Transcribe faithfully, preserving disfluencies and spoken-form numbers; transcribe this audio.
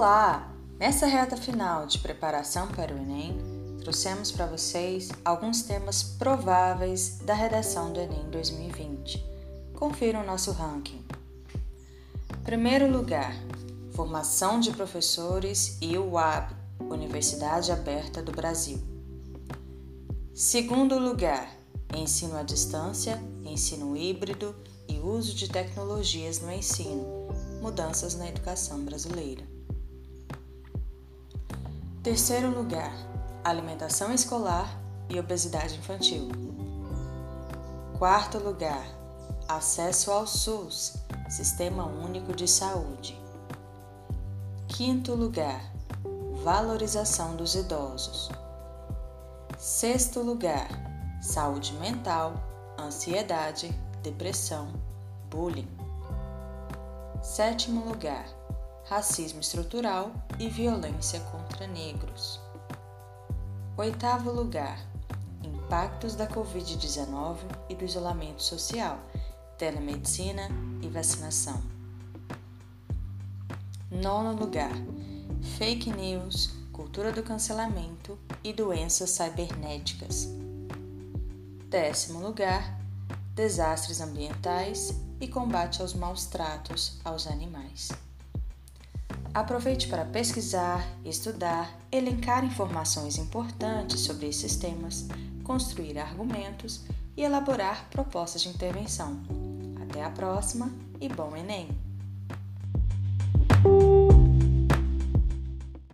Olá! Nessa reta final de preparação para o Enem, trouxemos para vocês alguns temas prováveis da redação do Enem dois mil e vinte. Confira o nosso ranking. Primeiro lugar, formação de professores e U A B, Universidade Aberta do Brasil. Segundo lugar, ensino à distância, ensino híbrido e uso de tecnologias no ensino, mudanças na educação brasileira. Terceiro lugar, alimentação escolar e obesidade infantil. Quarto lugar, acesso ao SUS, Sistema Único de Saúde. Quinto lugar, valorização dos idosos. Sexto lugar, saúde mental, ansiedade, depressão, bullying. Sétimo lugar, racismo estrutural e violência contra negros. Oitavo lugar, impactos da covid dezenove e do isolamento social, telemedicina e vacinação. Nono lugar, fake news, cultura do cancelamento e doenças cibernéticas. Décimo lugar, desastres ambientais e combate aos maus tratos aos animais. Aproveite para pesquisar, estudar, elencar informações importantes sobre esses temas, construir argumentos e elaborar propostas de intervenção. Até a próxima e bom Enem!